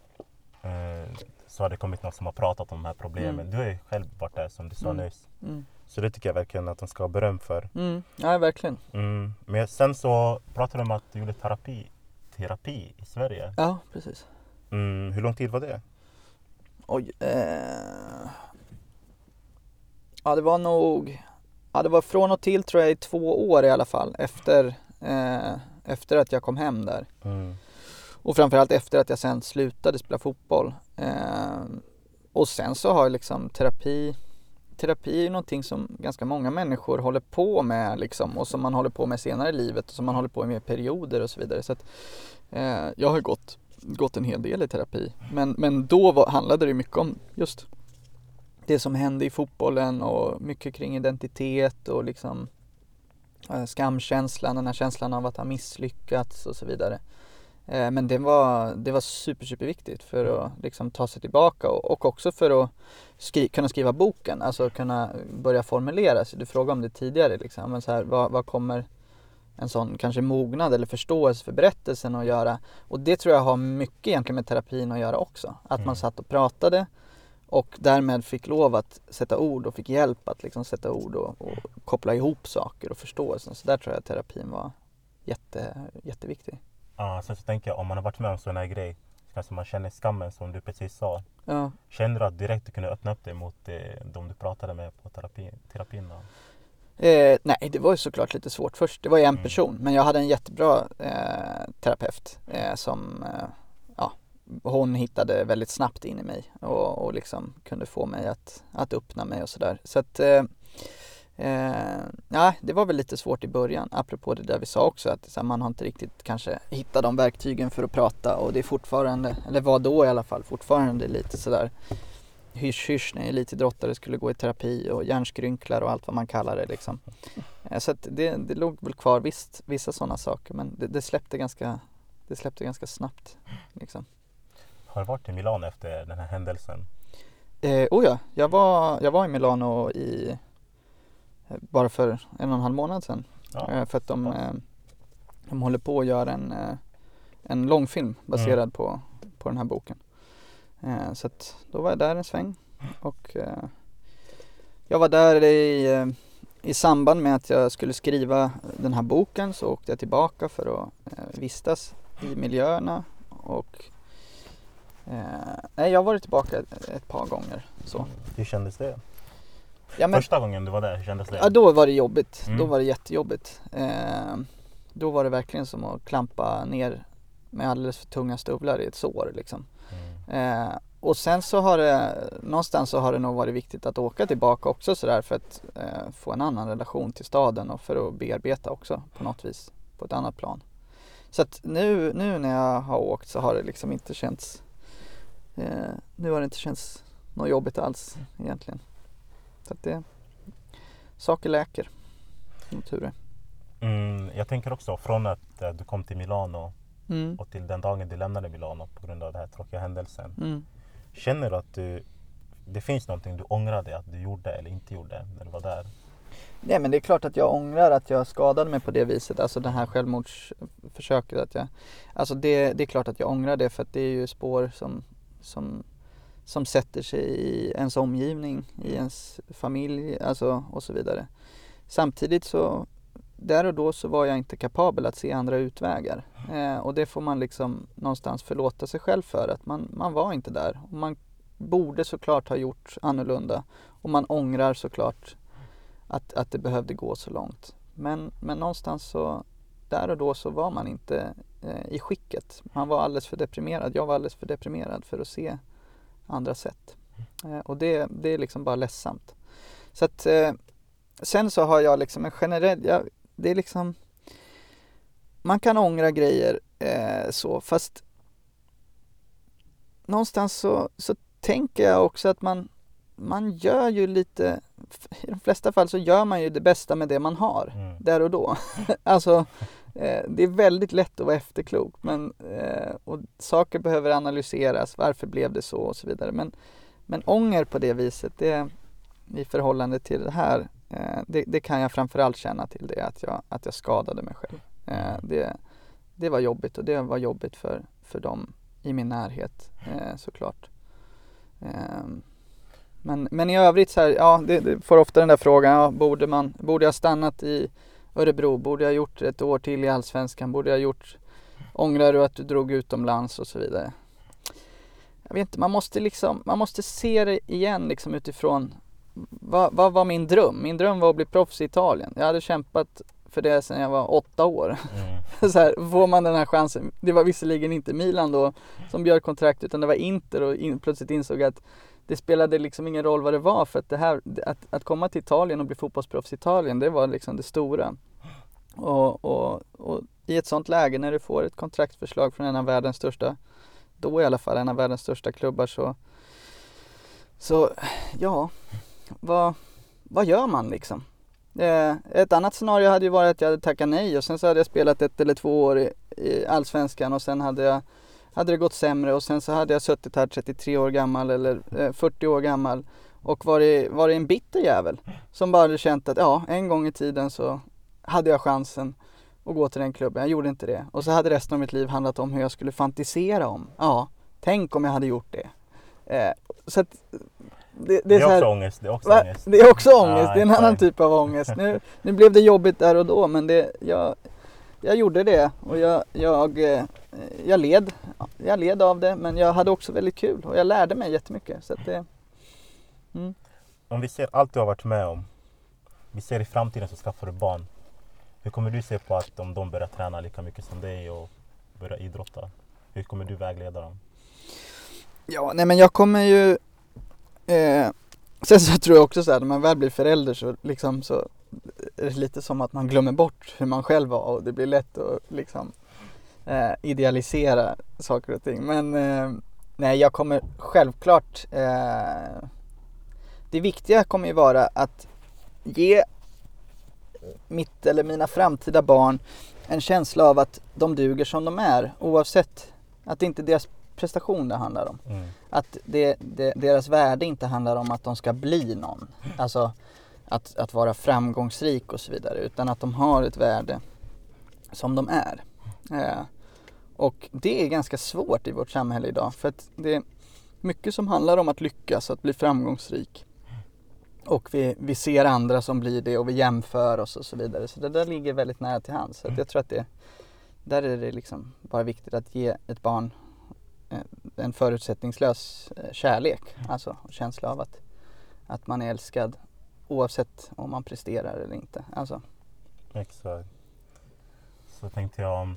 eh, så har det kommit någon som har pratat om de här problemen. Mm. Du har ju själv varit där som du sa Mm. nyss. mm. Så det tycker jag verkligen att de ska ha beröm för. Mm. Ja, verkligen. Mm. Men sen så pratade de om att du gjorde terapi, terapi i Sverige. Ja, precis. Mm, hur lång tid var det? Oj. Eh... Ja, det var nog... Ja, det var från och till, tror jag, i två år i alla fall. Efter, eh, efter att jag kom hem där. Mm. Och framförallt efter att jag sen slutade spela fotboll. Eh, och sen så har liksom terapi... Terapi är ju någonting som ganska många människor håller på med liksom, och som man håller på med senare i livet och som man håller på med i perioder och så vidare. Så att, eh, jag har gått, gått en hel del i terapi. Men, men då var, handlade det mycket om just det som hände i fotbollen och mycket kring identitet och liksom, eh, skamkänslan, den här känslan av att ha misslyckats och så vidare. Eh, men det var, det var super, super viktigt för att liksom, ta sig tillbaka och, och också för att skri- kunna skriva boken, alltså kunna börja formulera sig. Du frågade om det tidigare, liksom. Men så här, vad, vad kommer en sån kanske mognad eller förståelse för berättelsen att göra? Och det tror jag har mycket egentligen med terapin att göra också. Att Mm. man satt och pratade och därmed fick lov att sätta ord och fick hjälp att liksom sätta ord och, och koppla ihop saker och förståelsen. Så där tror jag att terapin var jätte, jätteviktig. Ja, sen så tänker jag, om man har varit med om sån här grej så kanske man känner skammen som du precis sa. Ja. Känner du att direkt du kunde öppna upp dig mot eh, de du pratade med på terapi, terapin? Då? Eh, nej, det var ju såklart lite svårt först. Det var ju en Mm. person, men jag hade en jättebra eh, terapeut eh, som, eh, ja, hon hittade väldigt snabbt in i mig och, och liksom kunde få mig att, att öppna mig och sådär. Så att eh, eh, ja, det var väl lite svårt i början, apropå det där vi sa också, att så här, man har inte riktigt kanske hittat de verktygen för att prata, och det är fortfarande, eller var då i alla fall, fortfarande lite sådär hysch-hysch när elitidrottare skulle gå i terapi och hjärnskrynklar och allt vad man kallar det liksom. Så att det, det låg väl kvar visst, vissa sådana saker, men det, det släppte ganska det släppte ganska snabbt liksom. Har du varit i Milano efter den här händelsen? Eh, oh ja, jag var, jag var i Milano i bara för en och en halv månad sedan. Ja, eh, för att de, eh, de håller på att göra en, eh, en långfilm baserad mm. på, på den här boken. Eh, så att då var jag där en sväng, och eh, jag var där i, eh, i samband med att jag skulle skriva den här boken, så åkte jag tillbaka för att eh, vistas i miljöerna, och eh, nej, jag har varit tillbaka ett, ett par gånger så. Hur kändes det? Ja, men, första gången du var där, hur kändes det? Ja, då var det jobbigt. Mm. Då var det jättejobbigt. Eh, då var det verkligen som att klampa ner med alldeles för tunga stövlar i ett sår liksom. Mm. Eh, och sen så har det, någonstans så har det nog varit viktigt att åka tillbaka också sådär, för att eh, få en annan relation till staden och för att bearbeta också på något vis, på ett annat plan. Så att nu, nu när jag har åkt så har det liksom inte känts, eh, nu har det inte känts något jobbigt alls egentligen. Så att det, saker läker, som tur är. Mm, jag tänker också från att uh, du kom till Milano mm. och till den dagen du lämnade Milano på grund av den här tråkiga händelsen. Mm. Känner du att du, det finns någonting du ångrade att du gjorde eller inte gjorde när du var där? Nej, men det är klart att jag ångrar att jag skadade mig på det viset. Alltså det här självmordsförsöket. Att jag, alltså det, det är klart att jag ångrar det, för att det är ju spår som, som, som sätter sig i ens omgivning, i ens familj, alltså, och så vidare. Samtidigt så, där och då så var jag inte kapabel att se andra utvägar. Eh, och det får man liksom någonstans förlåta sig själv för, att man, man var inte där. Och man borde såklart ha gjort annorlunda. Och man ångrar såklart att, att det behövde gå så långt. Men, men någonstans så, där och då så var man inte eh, i skicket. Man var alldeles för deprimerad. Jag var alldeles för deprimerad för att se andra sätt. Eh, och det, det är liksom bara ledsamt. Så att eh, sen så har jag liksom en generell, jag, det är liksom, man kan ångra grejer eh, så, fast någonstans så, så tänker jag också att man, man gör ju lite, i de flesta fall så gör man ju det bästa med det man har, mm. där och då. Alltså, eh, det är väldigt lätt att vara efterklok, men, eh, och saker behöver analyseras, varför blev det så och så vidare. Men, men ånger på det viset, det, i förhållande till det här, eh, det, det kan jag framförallt känna till det, att jag, att jag skadade mig själv. Eh, det, det var jobbigt, och det var jobbigt för, för dem i min närhet, eh, såklart. Eh, men, men i övrigt så här, ja, det, det får ofta den där frågan, ja, borde man, borde jag stannat i Örebro, borde jag gjort ett år till i Allsvenskan, borde jag gjort, ångrar du att du drog utomlands och så vidare. Jag vet inte, man måste liksom, man måste se det igen liksom utifrån, vad, vad var min dröm? Min dröm var att bli proffs i Italien. Jag hade kämpat för det sedan jag var åtta år. Mm. Så här, får man den här chansen. Det var visserligen inte Milan då som bjöd kontrakt, utan det var Inter, och in, plötsligt insåg att det spelade liksom ingen roll vad det var, för att det här, att, att komma till Italien och bli fotbollsproffs i Italien, det var liksom det stora. Och, och, och i ett sånt läge, när du får ett kontraktförslag från en av världens största, då i alla fall en av världens största klubbar, så så ja, vad, vad gör man liksom? Eh, ett annat scenario hade ju varit att jag hade tackat nej, och sen så hade jag spelat ett eller två år i, i Allsvenskan, och sen hade jag hade det gått sämre, och sen så hade jag suttit här trettiotre år gammal eller eh, fyrtio år gammal och varit, varit en bitter jävel som bara hade känt att ja, en gång i tiden så hade jag chansen att gå till den klubben. Jag gjorde inte det, och så hade resten av mitt liv handlat om hur jag skulle fantisera om, ja, tänk om jag hade gjort det. Eh, så att det, det, är, det är också här, ångest. Det är också va? ångest. Det är också ångest. Ah, det är en nej. annan typ av ångest. Nu, nu blev det jobbigt där och då, men det, jag, jag gjorde det, och jag, jag, jag, led, jag led av det, men jag hade också väldigt kul, och jag lärde mig jättemycket. Så att det, mm. Om vi ser allt du har varit med om, vi ser i framtiden så skaffar du barn. Hur kommer du se på att om de börjar träna lika mycket som dig och börjar idrotta? Hur kommer du vägleda dem? Ja, nej men jag kommer ju eh, sen så tror jag också så här, när man väl blir förälder så liksom så är det lite som att man glömmer bort hur man själv var och det blir lätt att liksom eh, idealisera saker och ting. Men eh, nej, jag kommer självklart eh, det viktiga kommer ju vara att ge mitt eller mina framtida barn en känsla av att de duger som de är, oavsett att det inte är deras prestation det handlar om. Mm. Att det, det, deras värde inte handlar om att de ska bli någon. Alltså att, att vara framgångsrik och så vidare. Utan att de har ett värde som de är. Eh, och det är ganska svårt i vårt samhälle idag. För att det är mycket som handlar om att lyckas, att bli framgångsrik. Och vi, vi ser andra som blir det och vi jämför oss och så vidare. Så det där ligger väldigt nära till hands. Så att jag tror att det, där är det liksom bara viktigt att ge ett barn en förutsättningslös kärlek, alltså känsla av att, att man är älskad oavsett om man presterar eller inte. Alltså. Exakt. Så tänkte jag om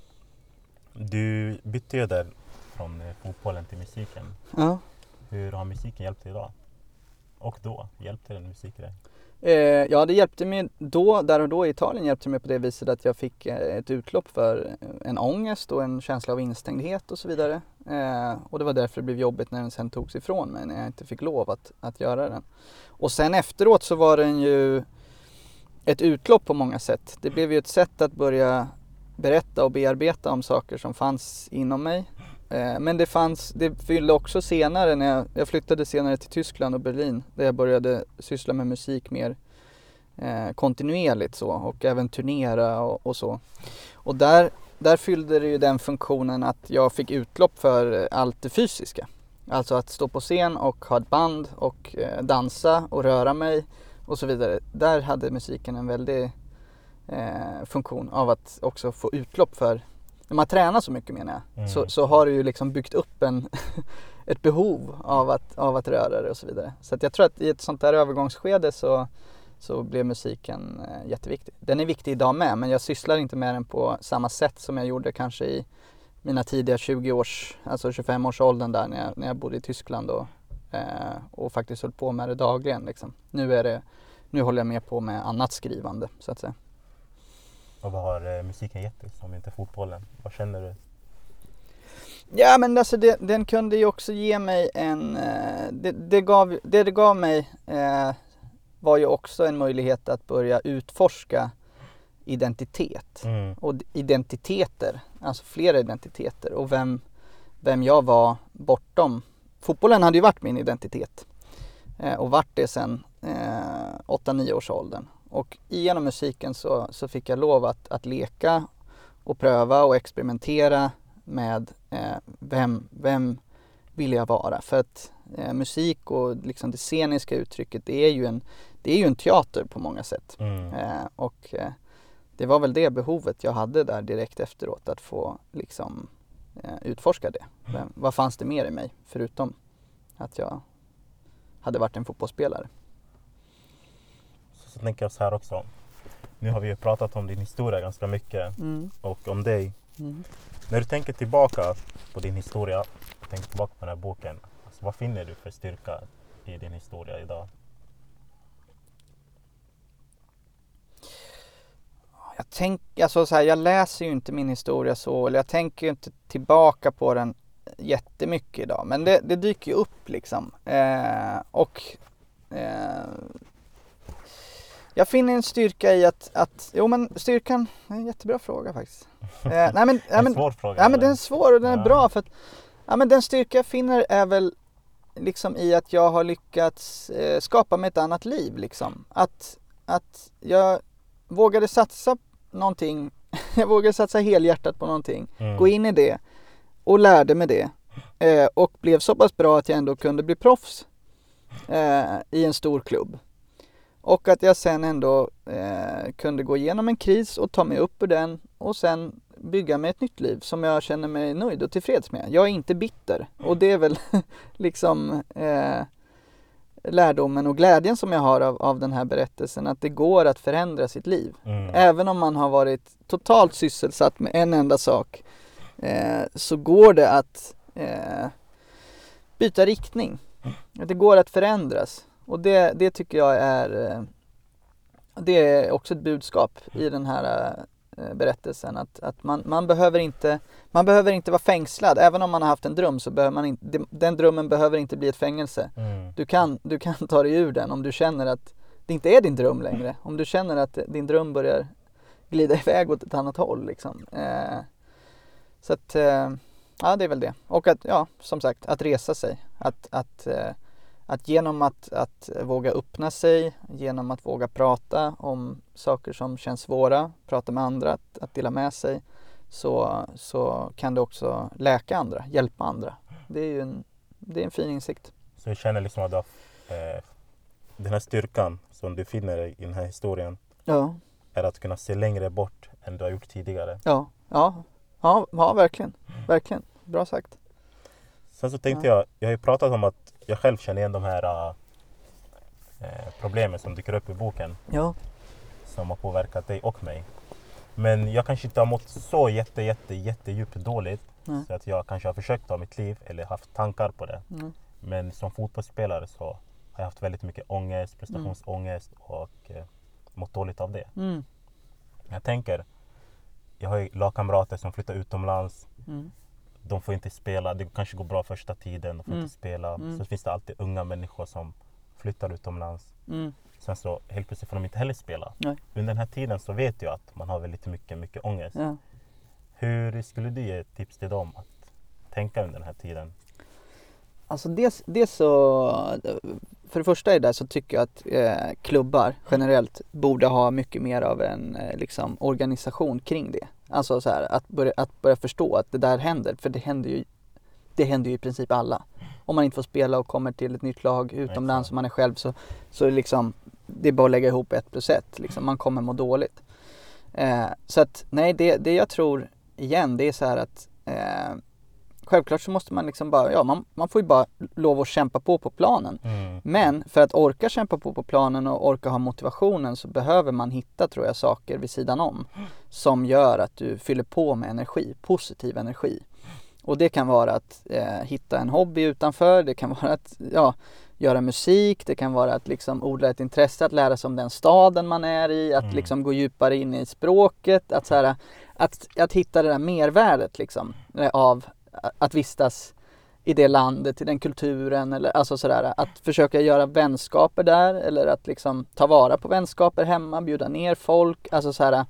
du bytte ju där från fotbollen till musiken. Ja. Hur har musiken hjälpt dig idag? Och då? Hjälpte den musik dig? Eh, ja, det hjälpte mig då, där och då i Italien hjälpte mig på det viset att jag fick eh, ett utlopp för en ångest och en känsla av instängdhet och så vidare. Eh, och det var därför det blev jobbigt när den sen togs ifrån mig, när jag inte fick lov att, att göra den. Och sen efteråt så var den ju ett utlopp på många sätt. Det blev ju ett sätt att börja berätta och bearbeta om saker som fanns inom mig. Eh, men det fanns, det fyllde också senare när jag, jag flyttade senare till Tyskland och Berlin, där jag började syssla med musik mer eh, kontinuerligt så, och även turnera och, och så. Och där, där fyllde det ju den funktionen att jag fick utlopp för allt det fysiska. Alltså att stå på scen och ha ett band och eh, dansa och röra mig och så vidare. Där hade musiken en väldig eh, funktion av att också få utlopp för. När man tränar så mycket menar jag, mm. så, så har du ju liksom byggt upp en ett behov av att, av att röra dig och så vidare. Så att jag tror att i ett sånt där övergångsskede så, så blev musiken eh, jätteviktig. Den är viktig idag med, men jag sysslar inte med den på samma sätt som jag gjorde kanske i mina tidiga tjugo års, alltså tjugofem års åldern där när jag, när jag bodde i Tyskland och, eh, och faktiskt höll på med det dagligen. Liksom. Nu, är det, nu håller jag mer på med annat skrivande så att säga. Och vad har eh, musiken gett dig som inte fotbollen? Vad känner du? Ja, men alltså det, den kunde ju också ge mig en... Eh, det, det, gav, det det gav mig eh, var ju också en möjlighet att börja utforska identitet. Mm. Och identiteter, alltså flera identiteter. Och vem, vem jag var bortom. Fotbollen hade ju varit min identitet. Eh, och varit det sedan eh, åtta nio års åldern. Och genom musiken så, så fick jag lov att, att leka och pröva och experimentera med eh, vem, vem vill jag vara. För att eh, musik och liksom det sceniska uttrycket, det är ju en, det är ju en teater på många sätt. Mm. Eh, och eh, det var väl det behovet jag hade där direkt efteråt, att få liksom eh, utforska det. Vem, vad fanns det mer i mig förutom att jag hade varit en fotbollsspelare? Så tänker jag så här också. Nu har vi ju pratat om din historia ganska mycket mm. och om dig. Mm. När du tänker tillbaka på din historia och tänker tillbaka på den här boken, alltså vad finner du för styrka i din historia idag? Jag tänker, alltså så här, jag läser ju inte min historia så, eller jag tänker ju inte tillbaka på den jättemycket idag, men det, det dyker ju upp liksom. Eh, och eh, jag finner en styrka i att, att jo men styrkan, det är en jättebra fråga faktiskt. Eh, nej men, en men, svår fråga. Ja men den är svår och den är ja. bra för att, ja men den styrka jag finner är väl liksom i att jag har lyckats eh, skapa mig ett annat liv liksom. Att, att jag vågade satsa någonting, jag vågade satsa helhjärtat på någonting, mm. gå in i det och lärde mig det. Eh, och blev så pass bra att jag ändå kunde bli proffs eh, i en stor klubb. Och att jag sen ändå eh, kunde gå igenom en kris och ta mig upp ur den och sen bygga mig ett nytt liv som jag känner mig nöjd och tillfreds med. Jag är inte bitter och det är väl liksom eh, lärdomen och glädjen som jag har av, av den här berättelsen, att det går att förändra sitt liv. Mm. Även om man har varit totalt sysselsatt med en enda sak eh, så går det att eh, byta riktning. Att det går att förändras. Och det, det tycker jag är, det är också ett budskap i den här berättelsen. Att, att man, man, behöver inte, man behöver inte vara fängslad. Även om man har haft en dröm så behöver man inte, den drömmen behöver inte bli ett fängelse. Mm. Du, kan, du kan ta dig ur den om du känner att det inte är din dröm längre. Om du känner att din dröm börjar glida iväg åt ett annat håll. Liksom. Eh, så att, eh, ja det är väl det. Och att, ja, som sagt, att resa sig. Att, att, eh, att genom att, att våga öppna sig, genom att våga prata om saker som känns svåra, prata med andra, att, att dela med sig, så, så kan det också läka andra, hjälpa andra. Det är ju en, det är en fin insikt. Så jag känner liksom att du har, eh, den här styrkan som du finner i den här historien, ja, är att kunna se längre bort än du har gjort tidigare. Ja, ja, ja, ja verkligen, verkligen. Bra sagt. Sen så tänkte ja. jag, jag har ju pratat om att jag själv känner igen de här äh, problemen som dyker upp i boken. Ja. Som har påverkat dig och mig. Men jag kanske inte har mått så jätte, jätte, jätte djupt dåligt. Mm. Så att jag kanske har försökt ta mitt liv eller haft tankar på det. Mm. Men som fotbollsspelare så har jag haft väldigt mycket ångest, prestationsångest och äh, mått dåligt av det. Mm. Jag tänker, jag har ju lagkamrater som flyttar utomlands. Mm. De får inte spela, det kanske går bra första tiden, de får mm. inte spela. Mm. Så finns det alltid unga människor som flyttar utomlands. Mm. Sen så helt plötsligt får de inte heller spela. Nej. Under den här tiden så vet jag att man har väldigt mycket, mycket ångest. Ja. Hur skulle du ge tips till dem att tänka under den här tiden? Alltså det, det så, för det första är det så tycker jag att eh, klubbar generellt borde ha mycket mer av en eh, liksom, organisation kring det. Alltså så här, att, börja, att börja förstå att det där händer, för det händer ju, det händer ju i princip alla. Om man inte får spela och kommer till ett nytt lag utomlands som man är själv, så, så är det liksom, det är bara att lägga ihop ett plus ett. Liksom, man kommer må dåligt. Eh, så att nej, det, det jag tror igen, det är så här att eh, självklart så måste man liksom bara, ja man, man får ju bara lov att kämpa på på planen. Mm. Men för att orka kämpa på på planen och orka ha motivationen så behöver man hitta, tror jag, saker vid sidan om som gör att du fyller på med energi, positiv energi. Och det kan vara att eh, hitta en hobby utanför, det kan vara att ja, göra musik, det kan vara att liksom odla ett intresse, att lära sig om den staden man är i, att mm. liksom gå djupare in i språket, att, så här, att, att hitta det där mervärdet liksom, av att vistas i det landet, i den kulturen, eller alltså sådär, att försöka göra vänskaper där, eller att liksom ta vara på vänskaper hemma, bjuda ner folk, alltså sådär.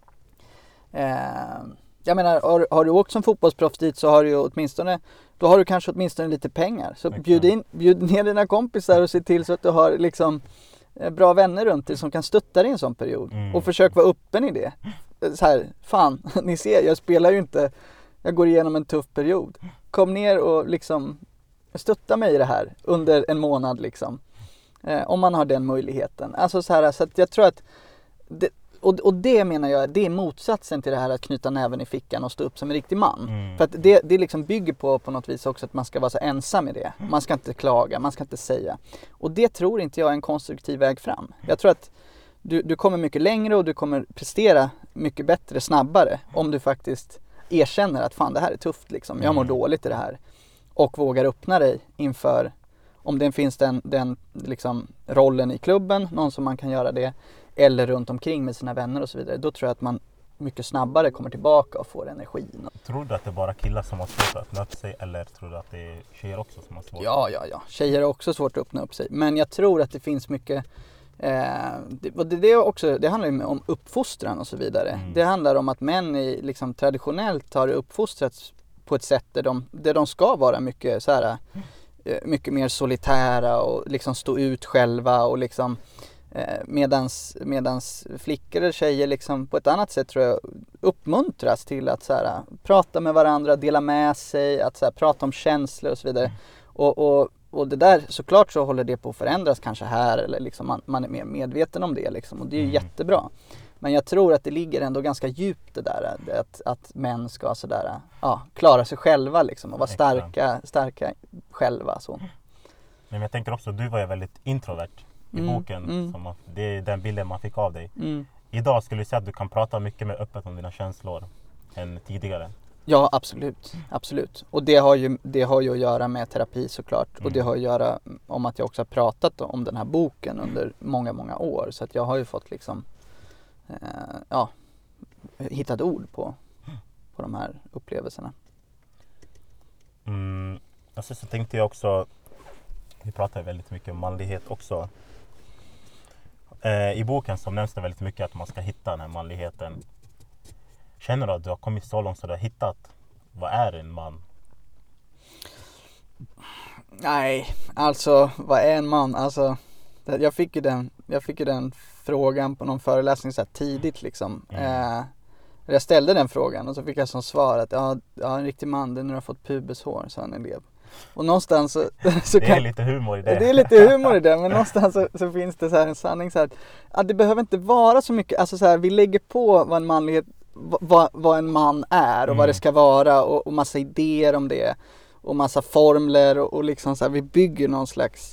Eh, jag menar, har, har du åkt som fotbollsproffs dit så har du ju åtminstone, då har du kanske åtminstone lite pengar. Så bjud, in, bjud ner dina kompisar och se till så att du har liksom bra vänner runt dig som kan stötta dig i en sån period. Mm. Och försök vara öppen i det. Så här, fan, ni ser, jag spelar ju inte, jag går igenom en tuff period. Kom ner och liksom stötta mig i det här under en månad liksom. Eh, om man har den möjligheten. Alltså så här, så att jag tror att det, och, och det menar jag, det är motsatsen till det här att knyta näven i fickan och stå upp som en riktig man. Mm. För att det, det liksom bygger på på något vis också att man ska vara så ensam i det. Man ska inte klaga, man ska inte säga. Och det tror inte jag är en konstruktiv väg fram. Jag tror att du, du kommer mycket längre och du kommer prestera mycket bättre, snabbare om du faktiskt erkänner att fan, det här är tufft liksom. Jag mår mm. dåligt i det här. Och vågar öppna dig inför, om det finns den, den liksom rollen i klubben, någon som man kan göra det, eller runt omkring med sina vänner och så vidare. Då tror jag att man mycket snabbare kommer tillbaka och får energin. Tror du att det är bara killar som har svårt att öppna sig, eller tror du att det är tjejer också som har svårt? Ja, ja, ja. Tjejer har också svårt att öppna upp sig. Men jag tror att det finns mycket Eh, det, det, det, är också, det handlar ju om uppfostran och så vidare. Mm. Det handlar om att män i, liksom, traditionellt har uppfostrats på ett sätt där de, där de ska vara mycket, så här, eh, mycket mer solitära och liksom stå ut själva. Och liksom, eh, medans, medans flickor eller tjejer liksom, på ett annat sätt tror jag uppmuntras till att så här, prata med varandra, dela med sig, att så här, prata om känslor och så vidare. Och, och Och det där, såklart så håller det på att förändras kanske här, eller liksom man, man är mer medveten om det liksom, och det är ju mm. jättebra. Men jag tror att det ligger ändå ganska djupt det där, att, att män ska sådär, ja, klara sig själva liksom, och vara starka, starka själva. Så. Men jag tänker också, du var ju väldigt introvert i mm. boken, mm. Som man, det är den bilden man fick av dig. Mm. Idag skulle du säga att du kan prata mycket mer öppet om dina känslor än tidigare? Ja, absolut. Absolut. Och det har ju, det har ju att göra med terapi såklart. Mm. Och det har att göra om att jag också har pratat om den här boken under många, många år. Så att jag har ju fått liksom, eh, ja, hittat ord på, på de här upplevelserna. Mm. Alltså så tänkte jag också, vi pratar väldigt mycket om manlighet också. Eh, I boken så nämns det väldigt mycket att man ska hitta den här manligheten. Känner du att du har kommit så långt så du har hittat, vad är en man? Nej, alltså vad är en man? Alltså, jag fick ju den, jag fick ju den frågan på någon föreläsning så här tidigt liksom. Mm. Eh, jag ställde den frågan och så fick jag som svar att ja, ja en riktig man, det är när du har fått pubeshår, sa en elev. Och någonstans så, så det kan, är lite humor i det. Det är lite humor i det, men någonstans så, så finns det så här en sanning så här, att det behöver inte vara så mycket, alltså så här, vi lägger på vad en manlighet, vad, vad en man är och mm. vad det ska vara och, och massa idéer om det och massa formler och, och liksom så här, vi bygger någon slags,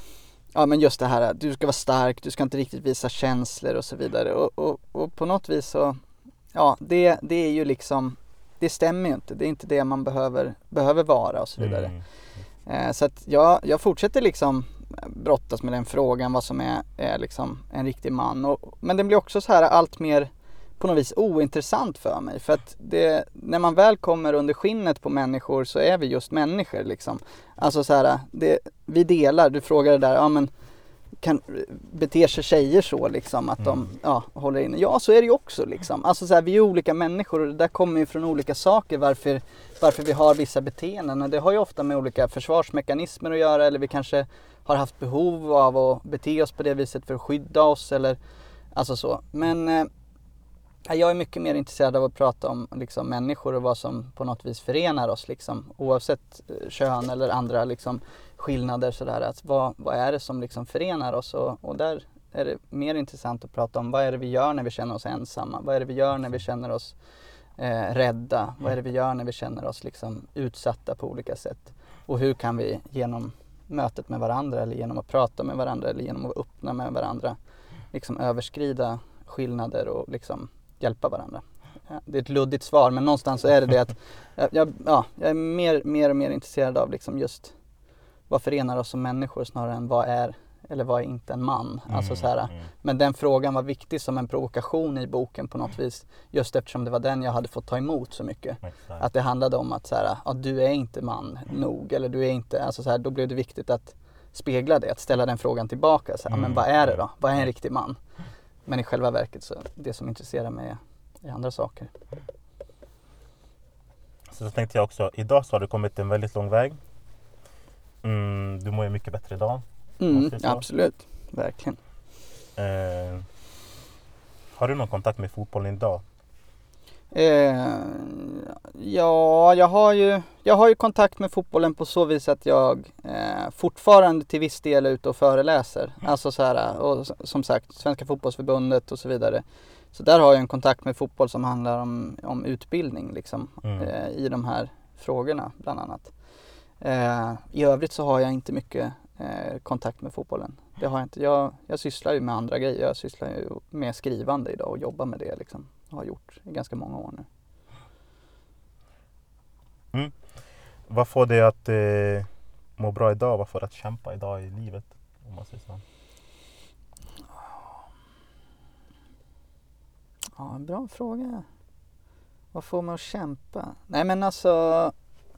ja men just det här, du ska vara stark, du ska inte riktigt visa känslor och så vidare och, och, och på något vis så, ja det, det är ju liksom, det stämmer ju inte, det är inte det man behöver, behöver vara och så vidare. Mm. Eh, så att jag, jag fortsätter liksom brottas med den frågan, vad som är, är liksom en riktig man. Och, men den blir också så här allt mer på något vis ointressant för mig. För att det, när man väl kommer under skinnet på människor så är vi just människor liksom. Alltså så här, det, vi delar, du frågade där, ja men kan, beter sig tjejer så liksom att de ja, håller inne. Ja, så är det ju också liksom. Alltså så här, vi är olika människor och det där kommer ju från olika saker varför, varför vi har vissa beteenden. Och det har ju ofta med olika försvarsmekanismer att göra, eller vi kanske har haft behov av att bete oss på det viset för att skydda oss eller alltså så. Men eh, jag är mycket mer intresserad av att prata om liksom, människor och vad som på något vis förenar oss liksom, oavsett kön eller andra liksom, skillnader sådär. Att vad, vad är det som liksom, förenar oss och, och där är det mer intressant att prata om vad är det vi gör när vi känner oss ensamma, vad är det vi gör när vi känner oss eh, rädda, vad är det vi gör när vi känner oss liksom, utsatta på olika sätt och hur kan vi genom mötet med varandra eller genom att prata med varandra eller genom att öppna med varandra liksom, överskrida skillnader och liksom hjälpa varandra. Ja, det är ett luddigt svar, men någonstans så är det det att jag, jag, ja, jag är mer, mer och mer intresserad av liksom just vad förenar oss som människor snarare än vad är eller vad är inte en man. Mm, alltså så här, mm. Men den frågan var viktig som en provokation i boken på något vis, just eftersom det var den jag hade fått ta emot så mycket. Exakt. Att det handlade om att så här, ja, du är inte man nog, eller du är inte, alltså så här, då blev det viktigt att spegla det, att ställa den frågan tillbaka. Så här, mm. Men vad är det då? Vad är en riktig man? Men i själva verket så det som intresserar mig är andra saker. Så tänkte jag också, idag så har du kommit en väldigt lång väg. Mm, du mår ju mycket bättre idag. Mm, absolut, verkligen. Eh, har du någon kontakt med fotbollen idag? Eh, ja, jag har, ju, jag har ju kontakt med fotbollen på så vis att jag eh, fortfarande till viss del är ute och föreläser. Mm. Alltså så här, och som sagt, Svenska fotbollsförbundet och så vidare. Så där har jag en kontakt med fotboll som handlar om, om utbildning liksom, mm. eh, i de här frågorna bland annat. Eh, I övrigt så har jag inte mycket eh, kontakt med fotbollen. Det har jag inte. Jag, jag sysslar ju med andra grejer. Jag sysslar ju med skrivande idag och jobbar med det liksom. Jag har gjort i ganska många år nu. Mm. Vad får dig att eh, må bra idag? Vad får dig att kämpa idag i livet? Om man säger så. Ja, en bra fråga. Vad får mig att kämpa? Nej men alltså...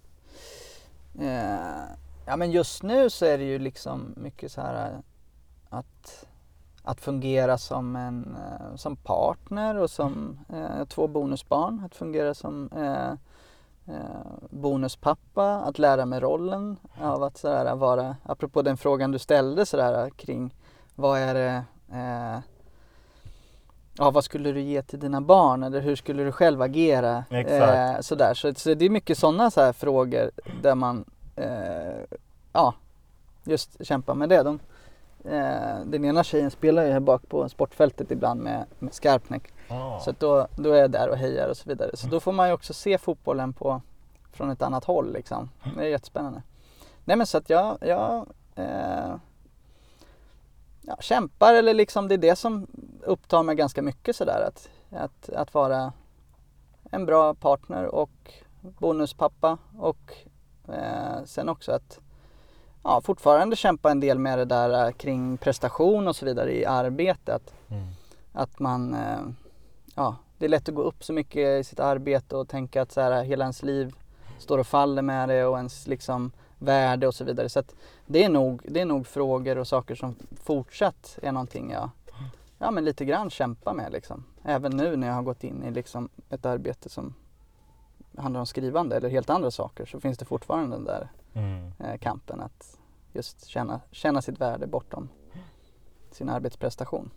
Eh, ja men just nu så är det ju liksom mycket så här att, att fungera som en som partner och som eh, två bonusbarn. Att fungera som eh, eh, bonuspappa. Att lära mig rollen av att så här vara, apropå den frågan du ställde så där kring vad är det... Eh, Ja, vad skulle du ge till dina barn? Eller hur skulle du själv agera? Eh, sådär. Så, så det är mycket sådana så här frågor där man eh, ja, just kämpar med det. De, eh, den ena tjejen spelar ju här bak på sportfältet ibland med, med Skarpnäck. Oh. Så då, då är jag där och hejar och så vidare. Så då får man ju också se fotbollen på, från ett annat håll. Liksom. Det är jättespännande. Nej men så att jag... jag eh, Ja, kämpar eller liksom det är det som upptar mig ganska mycket sådär att, att, att vara en bra partner och bonuspappa och eh, sen också att ja, fortfarande kämpa en del med det där kring prestation och så vidare i arbete. Att, mm. att man, eh, ja, det är lätt att gå upp så mycket i sitt arbete och tänka att så här, hela ens liv står och faller med det och ens liksom värde och så vidare. Så att det är nog, det är nog frågor och saker som fortsatt är någonting jag ja, men lite grann kämpar med liksom. Även nu när jag har gått in i liksom ett arbete som handlar om skrivande eller helt andra saker, så finns det fortfarande den där mm. eh, kampen att just känna, känna sitt värde bortom sin arbetsprestation.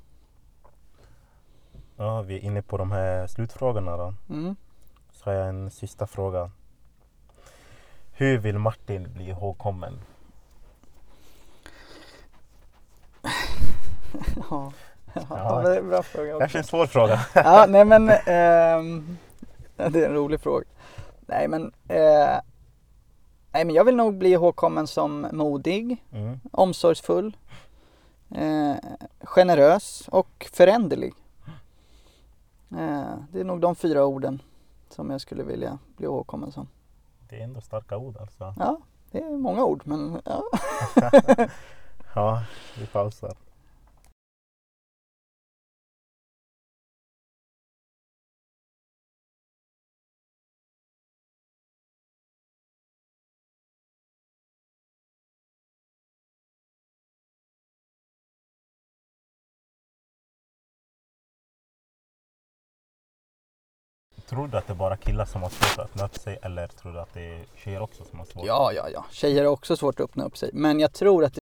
Ja, vi är inne på de här slutfrågorna då. Mm. Så har jag en sista fråga. Hur vill Martin bli ihågkommen? ja, ja, ja, det är en bra fråga också. Kanske en svår fråga. ja, nej men eh, det är en rolig fråga. Nej men, eh, nej men jag vill nog bli ihågkommen som modig, mm. omsorgsfull, eh, generös och föränderlig. Eh, det är nog de fyra orden som jag skulle vilja bli ihågkommen som. Det är ändå starka ord alltså. Ja, det är många ord men ja. ja, vi pausar. Tror du att det är bara killar som har svårt att öppna upp sig, eller tror du att det är tjejer också som har svårt? Ja, ja, ja. Tjejer har också svårt att öppna upp sig. Men jag tror att